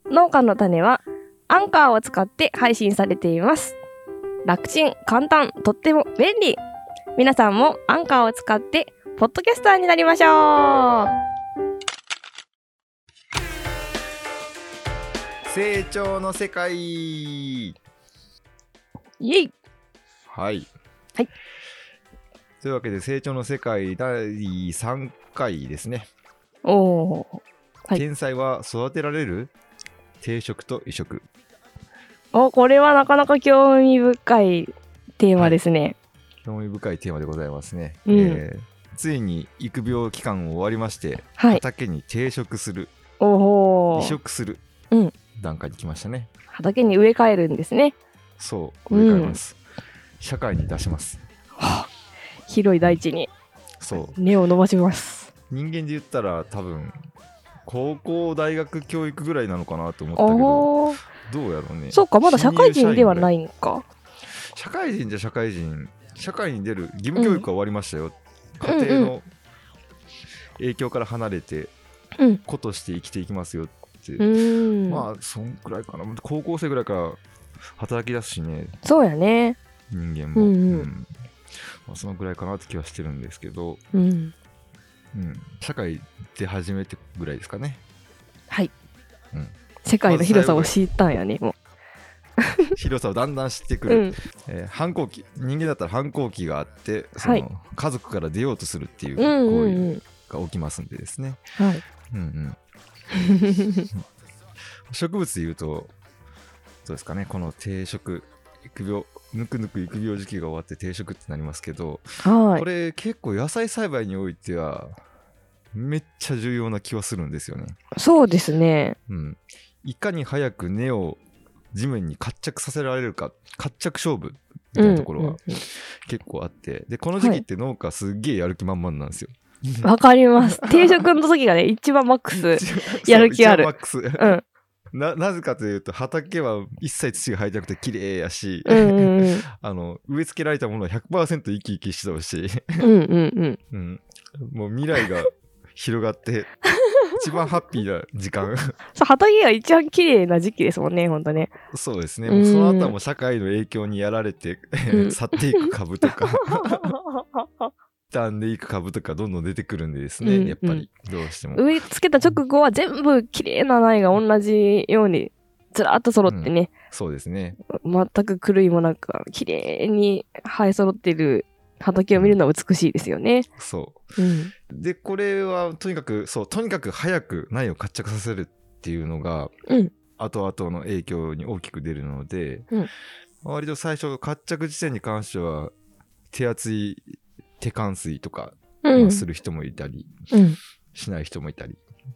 農家の種はアンカーを使って配信されています。楽ちん、簡単、とっても便利。皆さんもアンカーを使ってポッドキャスターになりましょう。 成長の世界。イエイ。 はい、 はい、 というわけで成長の世界第3回ですね。 おー、はい、 天才は育てられる？定食と移植。 これはなかなか興味深いテーマですね、はい、 興味深いテーマでございますね、 ついに育苗期間終わりまして、 はい、 畑に定食する、 移植する、段階に来ましたね。 畑に植え替えるんですね。 そう植え替えます、社会に出します、 広い大地にそう根を伸ばします。 人間で言ったら多分高校大学教育ぐらいなのかなと思ったけど、どうやろうね。 そうか、まだ社会人ではないんか。 社会人じゃ社会人、社会に出る義務教育は終わりましたよ、家庭の影響から離れて、子として生きていきますよって、まあそんくらいかな。高校生ぐらいから働き出すしね。 そうやね、 人間も、まあ、そのぐらいかなって気はしてるんですけど、社会で初めてぐらいですかね。 はい、世界の広さを知ったんやね。もう広さをだんだん知ってくる、反抗期、人間だったら反抗期があって、その家族から出ようとするっていう行為が起きますんでですね、植物でいうとどうですかね。この定食、育苗、ぬくぬく育苗時期が終わって定食ってなりますけど、これ結構野菜栽培においてはめっちゃ重要な気はするんですよね。 そうですね、 いかに早く根を地面に活着させられるか、活着勝負みたいなところが結構あって、でこの時期って農家すっげえやる気満々なんですよ。 わかります。定食の時がね一番マックスやる気ある。 マックス、なぜかというと畑は一切土が生えてなくて綺麗やし、植え付けられたものは 100% 生き生きしそうし、もう未来が広がって一番ハッピーな時間そう、畑が一番綺麗な時期ですもんね、ほんとね。 そうですね、もうその後はもう社会の影響にやられて去っていく株とか傷んでいく株とかどんどん出てくるんでですね、やっぱりどうしても植え付けた直後は全部綺麗な苗が同じようにずらっと揃ってね、 そうですね、 全く狂いもなく綺麗に生え揃っている畑を見るのは美しいですよね。 そう、でこれはとにかく早く苗を活着させるっていうのが、後々の影響に大きく出るので、割と最初活着時点に関しては手厚い手灌水とか、する人もいたり、しない人もいたり、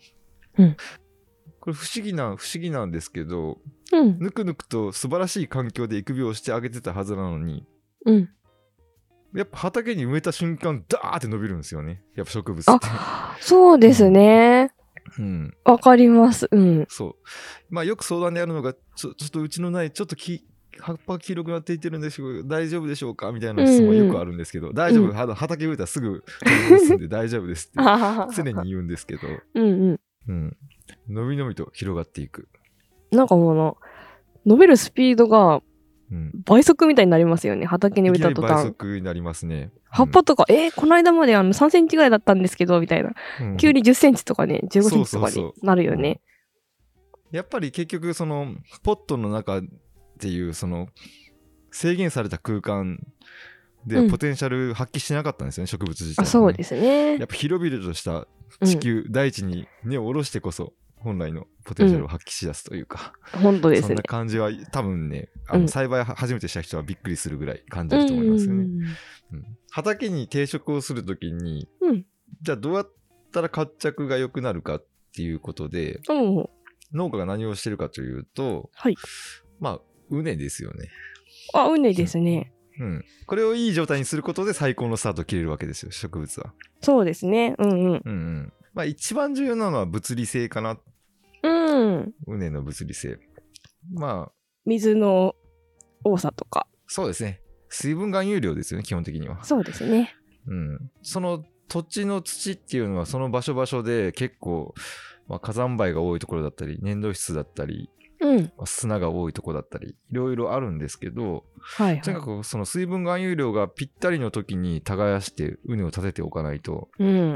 これ不思議なんですけど、ぬくぬくと素晴らしい環境で育苗してあげてたはずなのに、やっぱ畑に植えた瞬間ダーって伸びるんですよね、やっぱ植物って。 そうですね、わかります。 そう、まあよく相談であるのが、ちょっとうちの苗ちょっと葉っぱ黄色くなっていってるんですけど大丈夫でしょうかみたいな質問よくあるんですけど、大丈夫、畑植えたらすぐ取り戻すんで大丈夫ですって常に言うんですけど、のびのびと広がっていく。なんかもう伸びるスピードが倍速みたいになりますよね、畑に植えた途端。 倍速になりますね。 葉っぱとか、この間まで3センチぐらいだったんですけどみたいな、急に10センチとかね15センチとかになるよね。 やっぱり結局そのポットの中っていうその制限された空間ではポテンシャル発揮しなかったんですよね、植物自体、ね。 そうですね。 やっぱ広々とした地球、大地に根を下ろしてこそ本来のポテンシャルを発揮し出すというか、 本当ですね。 そんな感じは多分ね、栽培初めてした人はびっくりするぐらい感じると思いますよね。畑に定食をするときに、じゃあどうやったら活着が良くなるかっていうことで、農家が何をしてるかというと、まあ畝ですよね。 畝ですね。 これをいい状態にすることで最高のスタートを切れるわけですよ、植物は。 そうですね。 まあ一番重要なのは物理性かな。畝の物理性。まあ水の多さとか。 そうですね。水分含有量ですよね、基本的には。 そうですね。 その土地の土っていうのはその場所場所で結構火山灰が多いところだったり、粘土質だったり、砂が多いところだったり、いろいろあるんですけど、とにかくその水分含有量がぴったりの時に耕して畝を立てておかないと、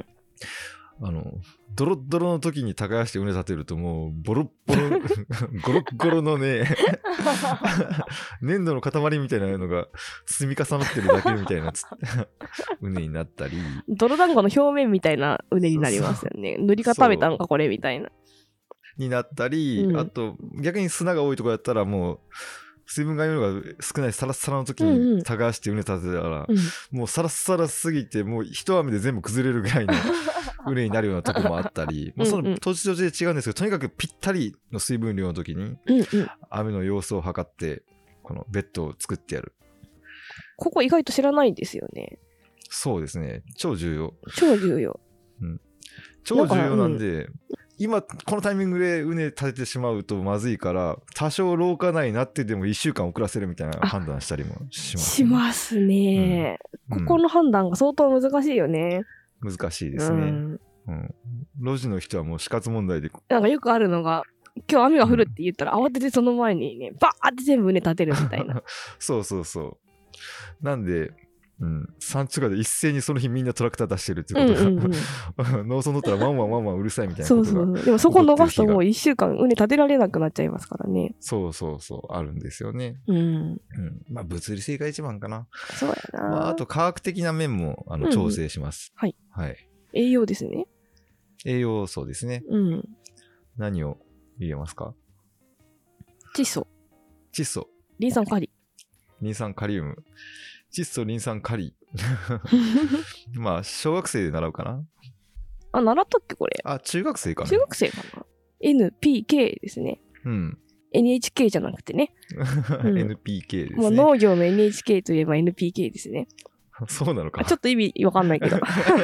ドロッドロの時に耕して畝立てるともうボロッボロゴロッゴロのね粘土の塊みたいなのが積み重なってるだけみたいな畝になったり、 泥団子の表面みたいな畝になりますよね。塗り固めたんかこれみたいなになったり、あと逆に砂が多いところだったらもう水分含有量が少ないサラッサラの時に耕して畝立てたら、もうサラッサラすぎてもう一雨で全部崩れるぐらいの畝になるようなとこもあったりもうその土地土地で違うんですけど、とにかくぴったりの水分量の時に雨の様子を測ってこのベッドを作ってやる。 ここ意外と知らないんですよね。 そうですね、超重要、 超重要、 超重要なんで、今このタイミングで畝立ててしまうとまずいから、多少廊下内になってでも1週間遅らせるみたいな判断したりもします、 しますね、ここの判断が相当難しいよね。 難しいですね、路地の人はもう死活問題で、 なんかよくあるのが、今日雨が降るって言ったら慌ててその前にねバーって全部畝立てるみたいなそうなんで山地下で一斉にその日みんなトラクター出してるっていうことが、農村だったらワンワンうるさいみたいなことがそうでもそこ逃すともう1週間畝立てられなくなっちゃいますからね。 そうあるんですよね。まあ物理性が一番かな。 そうやな、 あと科学的な面も調整します、はい、 栄養ですね。 栄養素ですね、何を入れますか？ 窒素、リン酸カリウム、窒素、リン酸カリまあ小学生で習うかな。 習ったっけこれ。 中学生かな。 中学生かな。 NPK ですね。NHK じゃなくてね、 NPK ですね。 農業の NHK といえば NPK ですね。 そうなのか。 ちょっと意味わかんないけど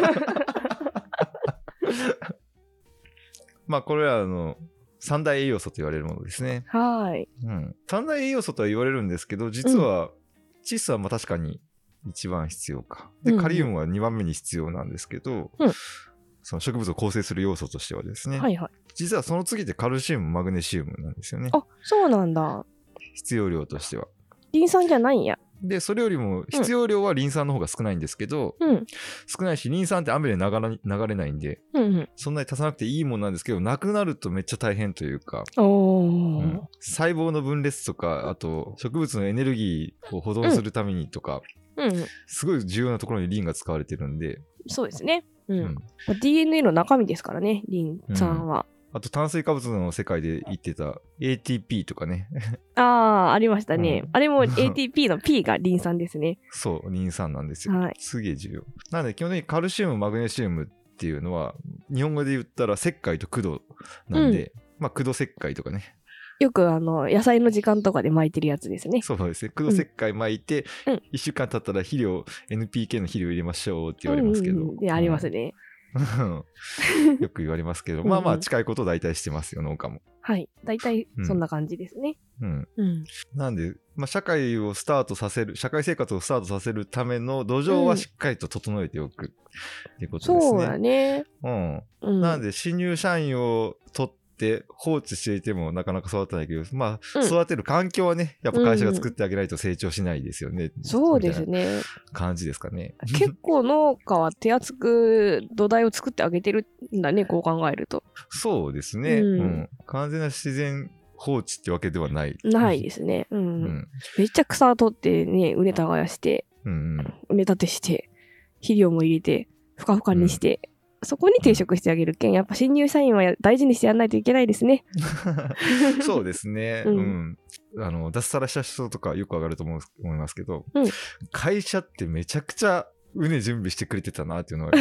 まあこれは三大栄養素と言われるものですね。三大栄養素とは言われるんですけど、実は窒素はまあ確かに一番必要か。で、カリウムは2番目に必要なんですけど、その植物を構成する要素としてはですね、実はその次でカルシウム、マグネシウムなんですよね。 そうなんだ。 必要量としては。 リン酸じゃないんや。 で、それよりも必要量はリン酸の方が少ないんですけど、少ないし、リン酸って雨で流れないんで、そんなに足さなくていいもんなんですけど、なくなるとめっちゃ大変というか、細胞の分裂とか、あと植物のエネルギーを保存するためにとか、すごい重要なところにリンが使われてるんで。 そうですね。DNA の中身ですからね、リン酸は。 あと炭水化物の世界で言ってた ATP とかねありましたね、あれも ATP の P がリン酸ですね。 そうリン酸なんですよ、すげえ重要なので、基本的にカルシウム、マグネシウムっていうのは日本語で言ったら石灰と駆動なんで、まあ駆動石灰とかね、 よく野菜の時間とかで巻いてるやつですね。 そうですね、駆動石灰巻いて、1週間経ったら肥料 NPK の肥料入れましょうって言われますけど、 ありますねよく言われますけど、まあ近いことを大体してますよ、農家も。 大体そんな感じですね。 なんで、社会をスタートさせる、社会生活をスタートさせるための土壌はしっかりと整えておくっていうことですね。 そうだね。 なんで、新入社員を取って放置していてもなかなか育たないけど、育てる環境はね、やっぱ会社が作ってあげないと成長しないですよね。 そうですね。 感じですかね。 結構農家は手厚く土台を作ってあげてるんだね、こう考えると。 そうですね。完全な自然放置ってわけではない。 ないですね。めっちゃ草取ってね、畝耕して、畝立てして、肥料も入れて、ふかふかにして、そこに定食してあげるけん、やっぱ新入社員は大事にしてやらないといけないですね。 そうですね。脱サラした人とかよく上がると思いますけど、会社ってめちゃくちゃ畝準備してくれてたなっていうのは、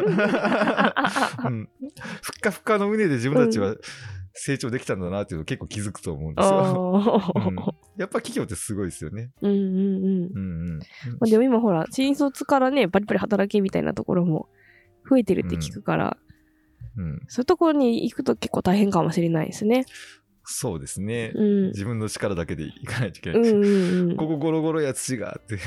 ふっかふかの畝で自分たちは成長できたんだなっていうの結構気づくと思うんですよ。やっぱ企業ってすごいですよね。 でも今ほら、新卒からね、バリバリ働けみたいなところも増えてるって聞くから、そういうところに行くと結構大変かもしれないですね。 そうですね、自分の力だけでいかないといけないです、ここゴロゴロや土があって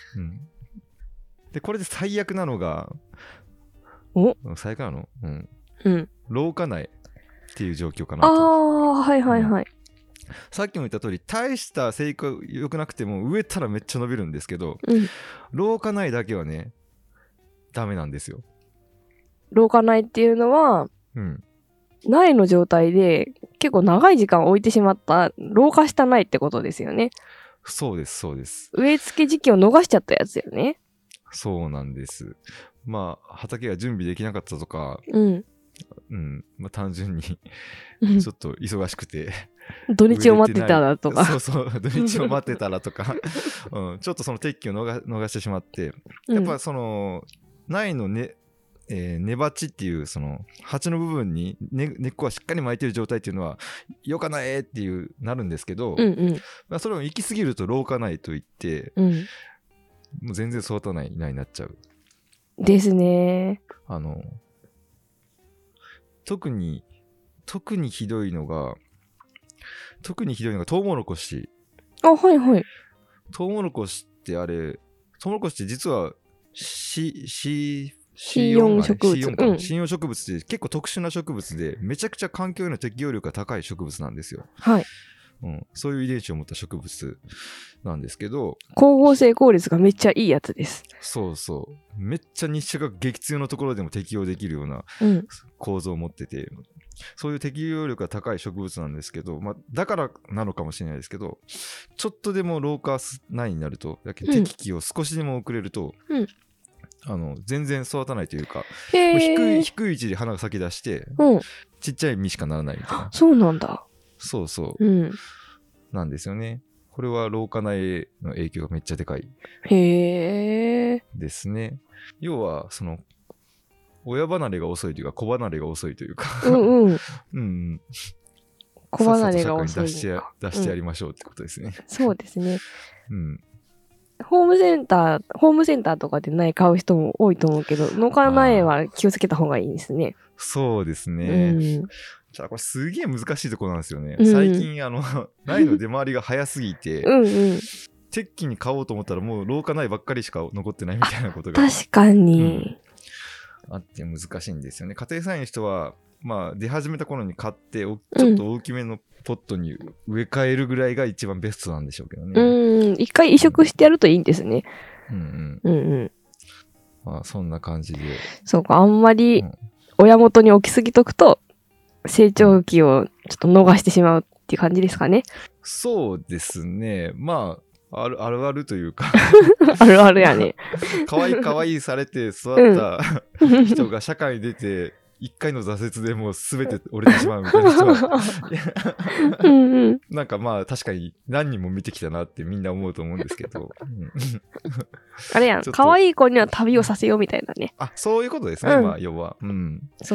でこれで最悪なのが最悪なの、 老化内っていう状況かなと。 はいはいはい。 さっきも言った通り大した生育良くなくても植えたらめっちゃ伸びるんですけど、老化内だけはねダメなんですよ。 老化内っていうのは、苗の状態で結構長い時間置いてしまった老化した苗ってことですよね。 そうですそうです。 植え付け時期を逃しちゃったやつだよね。 そうなんです。まあ畑が準備できなかったとか、まあ、単純にちょっと忙しくて土日を待ってたらとかそう土日を待ってたらとか、ちょっとその適期を逃してしまって、やっぱその苗の根鉢っていうその鉢の部分に、根っこがしっかり巻いてる状態っていうのはよかないっていうなるんですけど、まあ、それを行き過ぎると老化ないといって、もう全然育たない苗になっちゃうですね。 特にひどいのがトウモロコシ。 はいはい。 トウモロコシってトウモロコシって実はC4 植物。C4 植物って結構特殊な植物で、めちゃくちゃ環境への適応力が高い植物なんですよ。 はい。 そういう遺伝子を持った植物なんですけど、 光合成効率がめっちゃいいやつです。 そうめっちゃ日射が激強なところでも適応できるような構造を持ってて、そういう適応力が高い植物なんですけど、まあ、だからなのかもしれないですけど、ちょっとでも老化ないになると、適期を少しでも遅れると、全然育たないというか、もう低い位置で花が咲き出して、ちっちゃい実しかならないみたいな。 そうなんだ。 なんですよね。これは老化内の影響がめっちゃでかいですね。要はその親離れが遅いというか子離れが遅いというか子離れが遅い。 出してやりましょうってことですね。 そうですね。ホームセンターとかで苗買う人も多いと思うけど、農家苗は気をつけた方がいいですね。 そうですね。じゃあこれすげえ難しいところなんですよね。最近苗の出回りが早すぎて、適期に買おうと思ったらもう老化苗ばっかりしか残ってないみたいなことが確かに、 あって難しいんですよね。家庭菜園の人はまあ出始めた頃に買ってちょっと大きめのポットに植え替えるぐらいが一番ベストなんでしょうけどね。 一回移植してやるといいんですね。 まあそんな感じで。 そうか、あんまり親元に置きすぎとくと成長期をちょっと逃してしまうっていう感じですかね。 そうですね。まああるあるというかあるあるやね。 かわいいされて育った人が社会に出て一回の挫折でもう全て折れてしまうみたいな人はなんかまあ確かに何人も見てきたなってみんな思うと思うんですけどあれやん、可愛い子には旅をさせようみたいなね。 そういうことですね、まあ要は。 そう。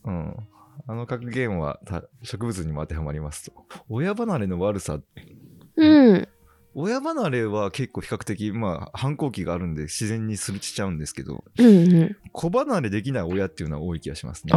あの格言は植物にも当てはまりますと。親離れの悪さ。親離れは結構比較的まあ反抗期があるんで自然にしちゃうんですけど、子離れできない親っていうのは多い気がしますね。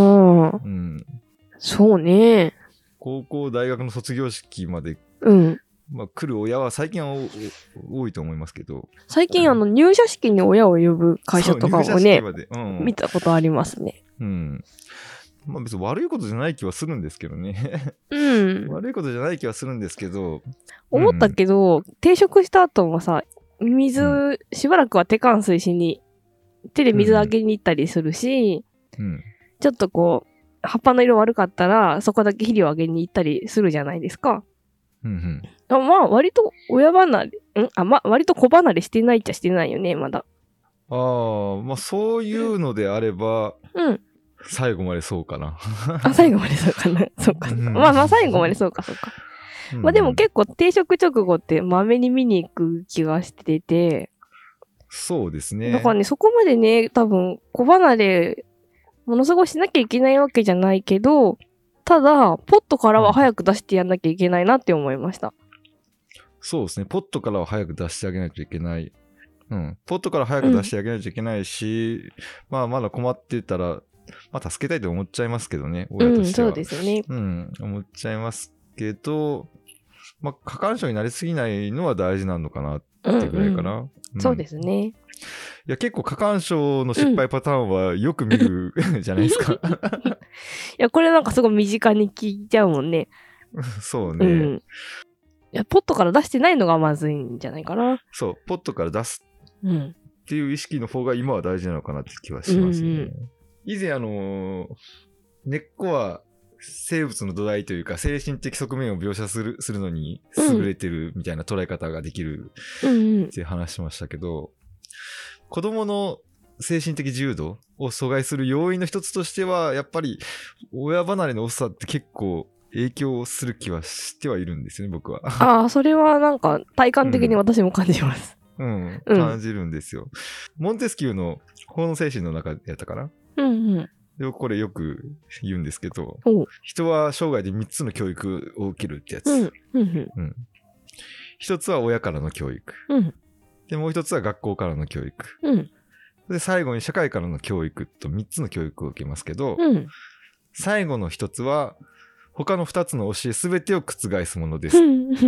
そうね。 高校大学の卒業式まで、まあ、来る親は最近は多いと思いますけど、 最近入社式に親を呼ぶ会社とかもね、見たことありますね。 まあ別に悪いことじゃない気はするんですけどね。悪いことじゃない気はするんですけど。 思ったけど、定食した後もさ、しばらくは手換水しに、手で水あげに行ったりするし、ちょっとこう、葉っぱの色悪かったら、そこだけ肥料あげに行ったりするじゃないですか。まあ割と割と子離れしてないっちゃしてないよね、まだ。 まあそういうのであれば、最後までそうかな。 最後までそうかな。そうか。まあ最後までそうか。まあでも結構定食直後ってまめに見に行く気がしてて。 そうですね。 だからね、そこまでね、多分子離れ、ものすごいしなきゃいけないわけじゃないけど、ただ、ポットからは早く出してやんなきゃいけないなって思いました。 そうですね。ポットからは早く出してあげないといけない。ポットから早く出してあげないといけないし、まあまだ困ってたら、まあ助けたいと思っちゃいますけどね、親としては。 そうですね。 思っちゃいますけど、まあ過干渉になりすぎないのは大事なのかなってぐらいかな。 そうですね。 や結構過干渉の失敗パターンはよく見る、じゃないですか。 いや、これなんかすごい身近に聞いちゃうもんね。 そうね、 いや、ポットから出してないのがまずいんじゃないかな。 そう、ポットから出すっていう意識の方が今は大事なのかなって気はしますね。以前根っこは生物の土台というか精神的側面を描写するのに優れてるみたいな捉え方ができるって話しましたけど、子供の精神的自由度を阻害する要因の一つとしてはやっぱり親離れの遅さって結構影響する気はしてはいるんですよね、僕は。 ああ、それはなんか体感的に私も感じます。 感じるんですよ。モンテスキューの法の精神の中やったかな。でこれよく言うんですけど、人は生涯で3つの教育を受けるってやつ。一つは親からの教育。でもう一つは学校からの教育。で最後に社会からの教育と3つの教育を受けますけど、最後の一つは他の2つの教えすべてを覆すものです。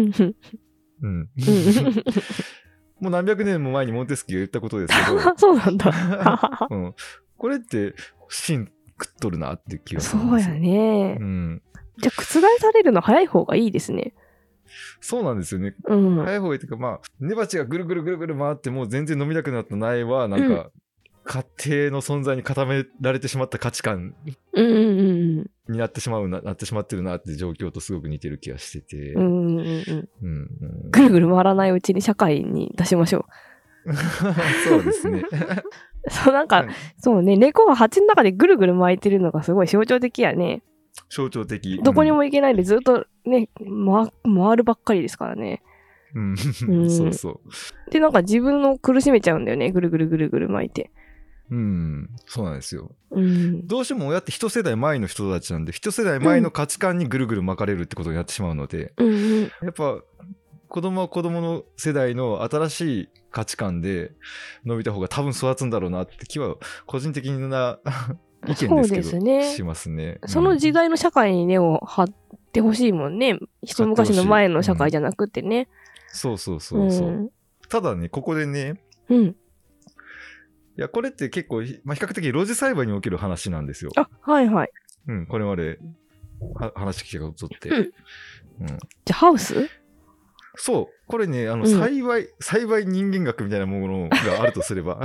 もう何百年も前にモンテスキューが言ったことですけどそうなんだ、 これって芯食っとるなって気がするんですよ。そうやね、じゃあ覆されるの早い方がいいですね。 そうなんですよね、早い方がいいというか、まあ根鉢がぐるぐるぐるぐる回ってもう全然飲みなくなった苗はなんか、家庭の存在に固められてしまった価値観になってしまってるなって状況とすごく似てる気がしてて、 ぐるぐる回らないうちに社会に出しましょう。 そうですね。 そうなんか、そうね、猫が鉢の中でぐるぐる巻いてるのがすごい象徴的やね。 象徴的。 どこにも行けないでずっとね、回るばっかりですからね。 そうそう。 で、なんか自分を苦しめちゃうんだよね、ぐるぐるぐるぐる巻いて。 そうなんですよ、どうしても親って一世代前の人たちなんで一世代前の価値観にぐるぐる巻かれるってことになってしまうので、やっぱ子供は子供の世代の新しい価値観で伸びた方が多分育つんだろうなって気は個人的な意見ですけど、しますね。 その時代の社会に根を張ってほしいもんね、一昔の前の社会じゃなくてね。 そう、ただね、ここでね、いやこれって結構、比較的露地栽培における話なんですよ。これまで話聞いたことって、じゃあハウス？ そうこれね栽培人間学みたいなものがあるとすれば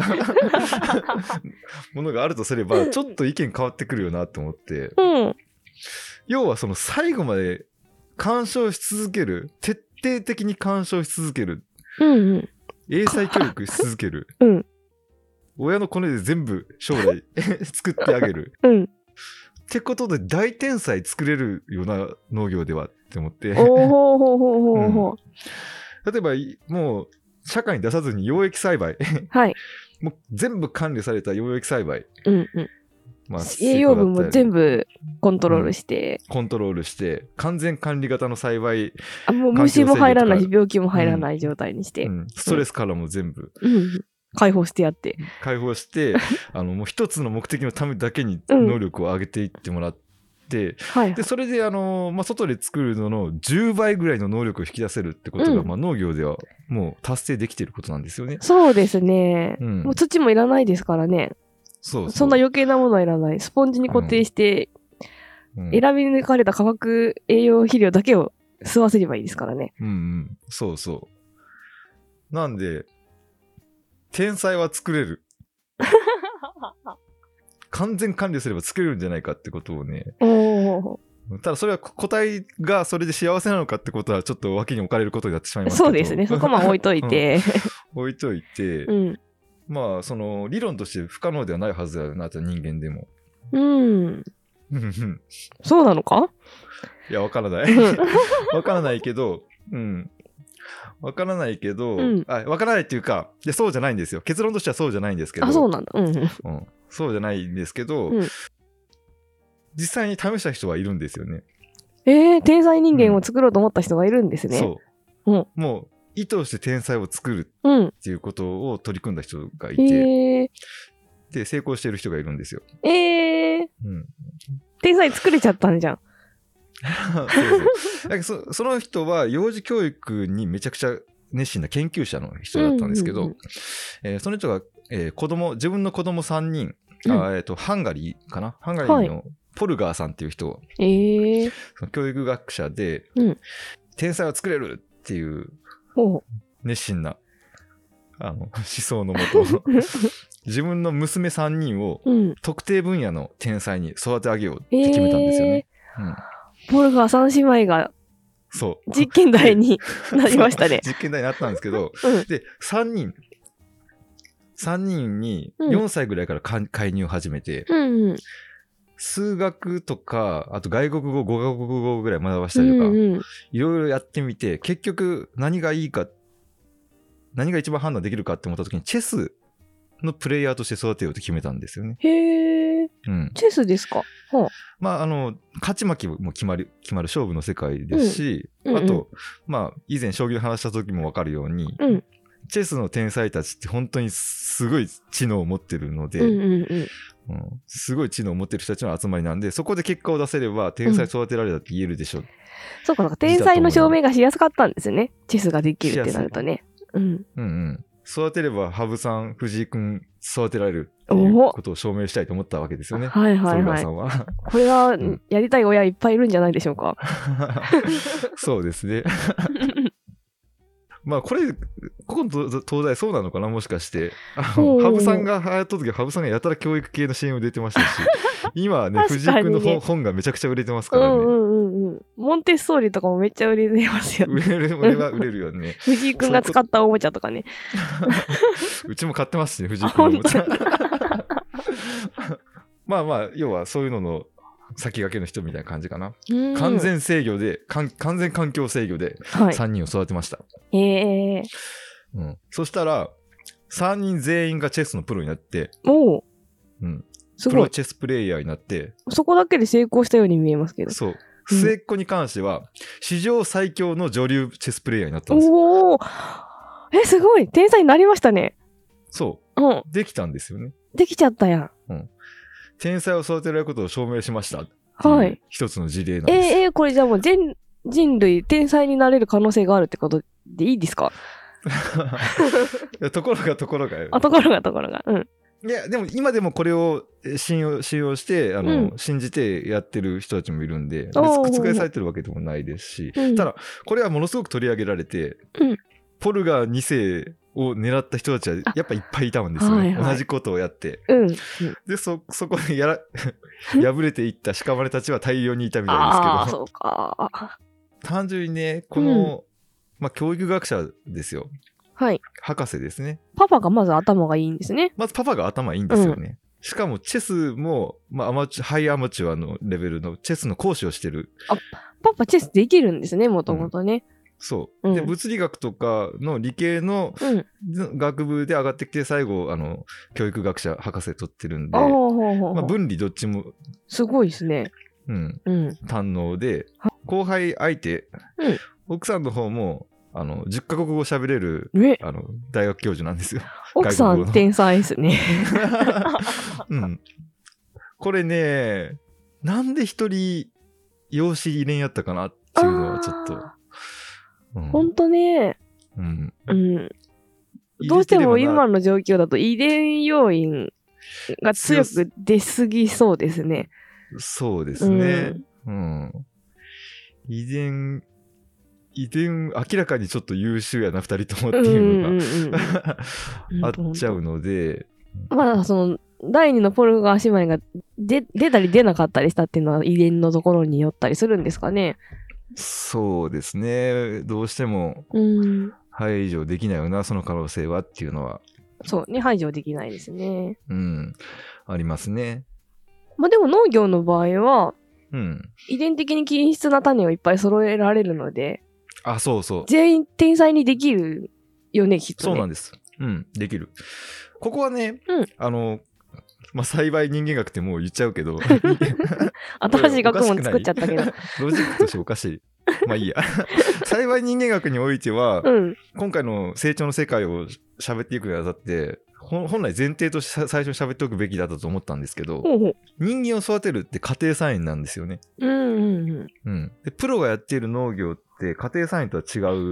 ちょっと意見変わってくるよなと思って、要はその最後まで干渉し続ける、徹底的に干渉し続ける、英才教育し続ける、親のコネで全部将来作ってあげる、ってことで大天才作れるような農業ではって思って例えばもう社会に出さずに養液栽培もう全部管理された養液栽培、 栄養分も全部コントロールして、 完全管理型の栽培、 もう虫も入らないし病気も入らない状態にして、 ストレスからも全部、 解放してもう一つの目的のためだけに能力を上げていってもらって、でそれで外で作るのの10倍ぐらいの能力を引き出せるってことが、農業ではもう達成できていることなんですよね。 そうですね、もう土もいらないですからね。そんな余計なものはいらない。スポンジに固定して、選び抜かれた化学栄養肥料だけを吸わせればいいですからね。 なんで天才は作れる完全管理すれば作れるんじゃないかってことをね。ただそれは個体がそれで幸せなのかってことはちょっと脇に置かれることになってしまいますけど。 そうですね、そこまで置いといて、 その理論として不可能ではないはずだよな、人間でも。 そうなのか？ いや、わからないわからないけど、わからないっていうか、そうじゃないんですよ。結論としてはそうじゃないんですけど。 そうなんだ。 そうじゃないんですけど、実際に試した人はいるんですよね。 天才人間を作ろうと思った人がいるんですね。 もう意図して天才を作るっていうことを取り組んだ人がいて、で成功してる人がいるんですよ。天才作れちゃったんじゃん。 その人は幼児教育にめちゃくちゃ熱心な研究者の人だったんですけど、その人が自分の子供3人、ハンガリーかな、ハンガリーのポルガーさんっていう人、その教育学者で、天才は作れるっていう熱心な思想のもと自分の娘3人を特定分野の天才に育て上げようって決めたんですよね。 ポルガー3姉妹が実験台になりましたね。 実験台になったんですけど、で3人に4歳ぐらいから介入を始めて、数学とかあと外国語5カ国語ぐらい学ばしたりとか、いろいろやってみて、結局何が一番判断できるかって思った時にチェスのプレイヤーとして育てようと決めたんですよね。 へー、チェスですか。 まあ勝ち負けも決まる勝負の世界ですし、あと以前将棋で話した時も分かるように、チェスの天才たちって本当にすごい知能を持ってるので、すごい知能を持ってる人たちの集まりなんで、そこで結果を出せれば天才育てられたって言えるでしょう。 そうか、天才の証明がしやすかったんですよね。チェスができるってなるとね。 育てれば羽生さん、藤井君育てられるっていうことを証明したいと思ったわけですよね。ポルガーさんは。 これはやりたい親いっぱいいるんじゃないでしょうか。 そうですね。ここの東大そうなのかな、もしかして。羽生さんが流行った時、羽生さんがやたら教育系の CM 出てましたし、今はね、藤井君の本がめちゃくちゃ売れてますからね。 モンテッソーリとかもめっちゃ売れてますよね。売れるよね。 藤井君が使ったおもちゃとかね。 うちも買ってますしね、藤井君のおもちゃ。要はそういうのの先駆けの人みたいな感じかな。完全制御で、完全環境制御で3人を育てました。そしたら、3人全員がチェスのプロになって、プロチェスプレイヤーになって、 そこだけで成功したように見えますけど。 そう。末っ子に関しては、史上最強の女流チェスプレイヤーになったんですよ。 すごい天才になりましたね。 そう。できたんですよね。 できちゃったやん。 天才を育てられることを証明しました。一つの事例なんです。 これじゃあもう全人類天才になれる可能性があるってことでいいですか？ ところが。ところが。いや、でも今でもこれを信用して、信じてやってる人たちもいるんで、別に覆されてるわけでもないですし、ただ、これはものすごく取り上げられて、ポルガー2世を狙った人たちはやっぱいっぱいいたんですよね。同じことをやって。で、そこで敗れていった屍たちは大量にいたみたいですけど。そうか。単純にね、この、教育学者ですよ。博士ですね。 パパがまず頭がいいんですね。 まずパパが頭いいんですよね。しかもチェスも、ハイアマチュアのレベルのチェスの講師をしてる。 パパチェスできるんですね、もともとね。 そう。で、物理学とかの理系の学部で上がってきて、最後、教育学者、博士取ってるんで、分離どっちも。 すごいですね。 堪能で、後輩相手、奥さんの方も、10カ国語喋れる、大学教授なんですよ。 奥さん天才ですね。 これね、なんで一人養子入れんやったかなっていうのはちょっと。 ほんとね。どうしても今の状況だと遺伝要因が強く出すぎそうですね。 そうですね。遺伝明らかにちょっと優秀やな2人ともっていうのがあっちゃうので、 第2のポルガー姉妹が出たり出なかったりしたっていうのは遺伝のところによったりするんですかね。 そうですね。どうしても排除できないよな、その可能性はっていうのは。 そうね、排除できないですね。 ありますね。 でも農業の場合は、遺伝的に均質な種をいっぱい揃えられるので、 そうそう。 全員天才にできるよね、きっとね。 そうなんです。できる。ここはね、幸い人間学ってもう言っちゃうけど。 新しい学問作っちゃったけど。 ロジックとしておかしい。いいや。幸い人間学においては、今回の成長の世界を喋っていくにあたって、本来前提として最初に喋っておくべきだったと思ったんですけど、人間を育てるって家庭菜園なんですよね。でプロがやっている農業って家庭菜園とは違う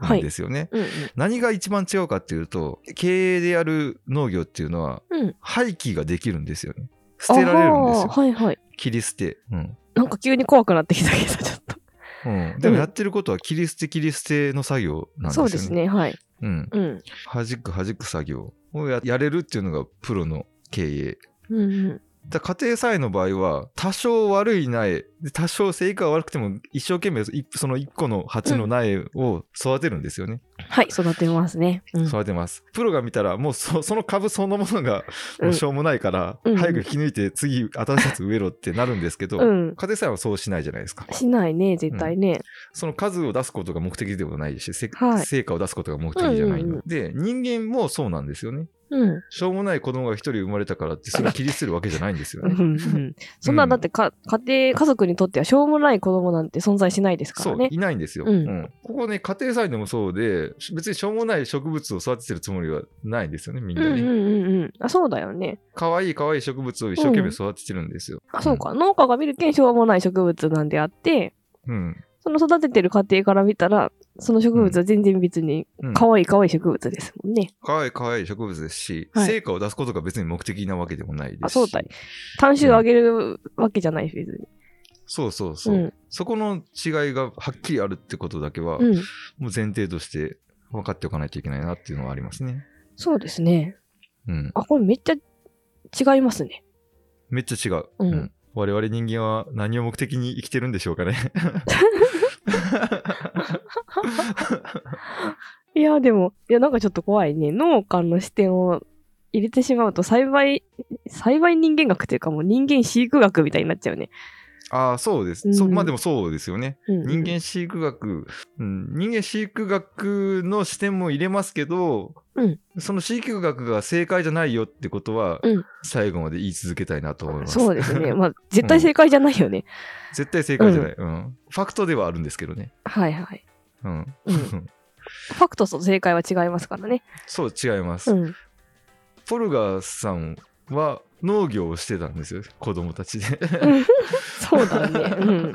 んですよね。何が一番違うかっていうと、経営でやる農業っていうのは、廃棄ができるんですよね。捨てられるんですよ。 はいはい。 切り捨て。 なんか急に怖くなってきたけど、ちょっと。 でもやってることは切り捨ての作業なんですよね。 そうですね、はい。 弾く作業をやれるっていうのがプロの経営。家庭菜園の場合は多少悪い苗、多少生育が悪くても一生懸命その1個の鉢の苗を育てるんですよね。 はい、育てますね。 育てます。プロが見たらもうその株そのものがもうしょうもないから、早く引き抜いて次新しいやつ植えろってなるんですけど、家庭菜園はそうしないじゃないですか。 しないね、絶対ね。 その数を出すことが目的でもないし、成果を出すことが目的じゃないので、人間もそうなんですよね。しょうもない子供が一人生まれたからってそれを切り捨てるわけじゃないんですよね。 そんなだって家族にとってはしょうもない子供なんて存在しないですからね。 そう、いないんですよ。ここね、家庭菜園でもそうで、別にしょうもない植物を育ててるつもりはないんですよね、みんなね。 そうだよね。 可愛い植物を一生懸命育ててるんですよ。 そうか。農家が見るけんしょうもない植物なんであって、その育ててる家庭から見たら、その植物は全然別に可愛い植物ですもんね。 可愛い植物ですし、成果を出すことが別に目的なわけでもないですし。 そうだい。単種を上げるわけじゃないし、別に。 そう。そこの違いがはっきりあるってことだけは、もう前提として分かっておかないといけないなっていうのはありますね。 そうですね。これめっちゃ違いますね。 めっちゃ違う。我々人間は何を目的に生きてるんでしょうかね。 いや、でも、なんかちょっと怖いね。農家の視点を入れてしまうと、栽培人間学というかもう人間飼育学みたいになっちゃうね。 ああ、そうです。まあでもそうですよね。人間飼育学の視点も入れますけど、その飼育学が正解じゃないよってことは、最後まで言い続けたいなと思います。 そうですね。まあ、絶対正解じゃないよね。 絶対正解じゃない。ファクトではあるんですけどね。 はいはい。ファクトと正解は違いますからね。 そう、違います。ポルガーさんは農業をしてたんですよ、子供たちで。 そうだね。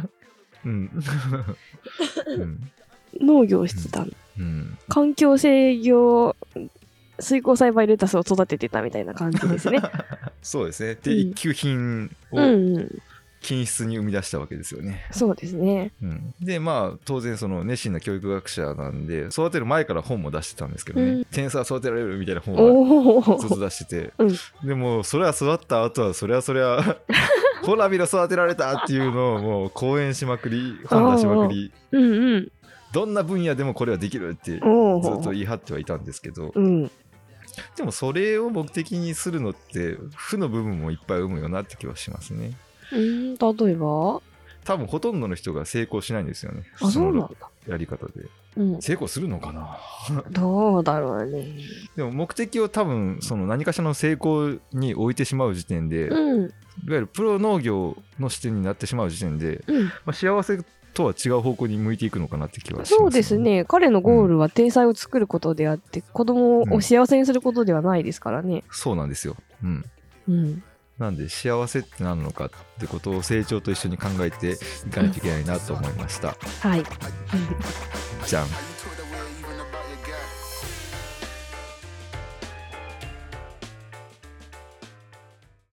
農業をしてた。環境制御水耕栽培レタスを育ててたみたいな感じですね。 そうですね。で、一級品を均質に生み出したわけですよね。 そうですね。 で、まあ当然その熱心な教育学者なんで、育てる前から本も出してたんですけどね、天才は育てられるみたいな本はずっと出してて、でもそれは育った後はそりゃほら見ろ育てられたっていうのをもう講演しまくり、本出しまくり、どんな分野でもこれはできるってずっと言い張ってはいたんですけど、でもそれを目的にするのって負の部分もいっぱい生むよなって気はしますね。 例えば多分ほとんどの人が成功しないんですよね。 そうなんだ。 やり方で。成功するのかな。 どうだろうね。 でも目的を多分その何かしらの成功に置いてしまう時点で、いわゆるプロ農業の視点になってしまう時点で、幸せとは違う方向に向いていくのかなって気はします、ね。そうですね。彼のゴールは天才を作ることであって、子供を幸せにすることではないですからね。 そうなんですよ。なんで幸せって何なのかってことを成長と一緒に考えていかないといけないなと思いました。 はい。 じゃん。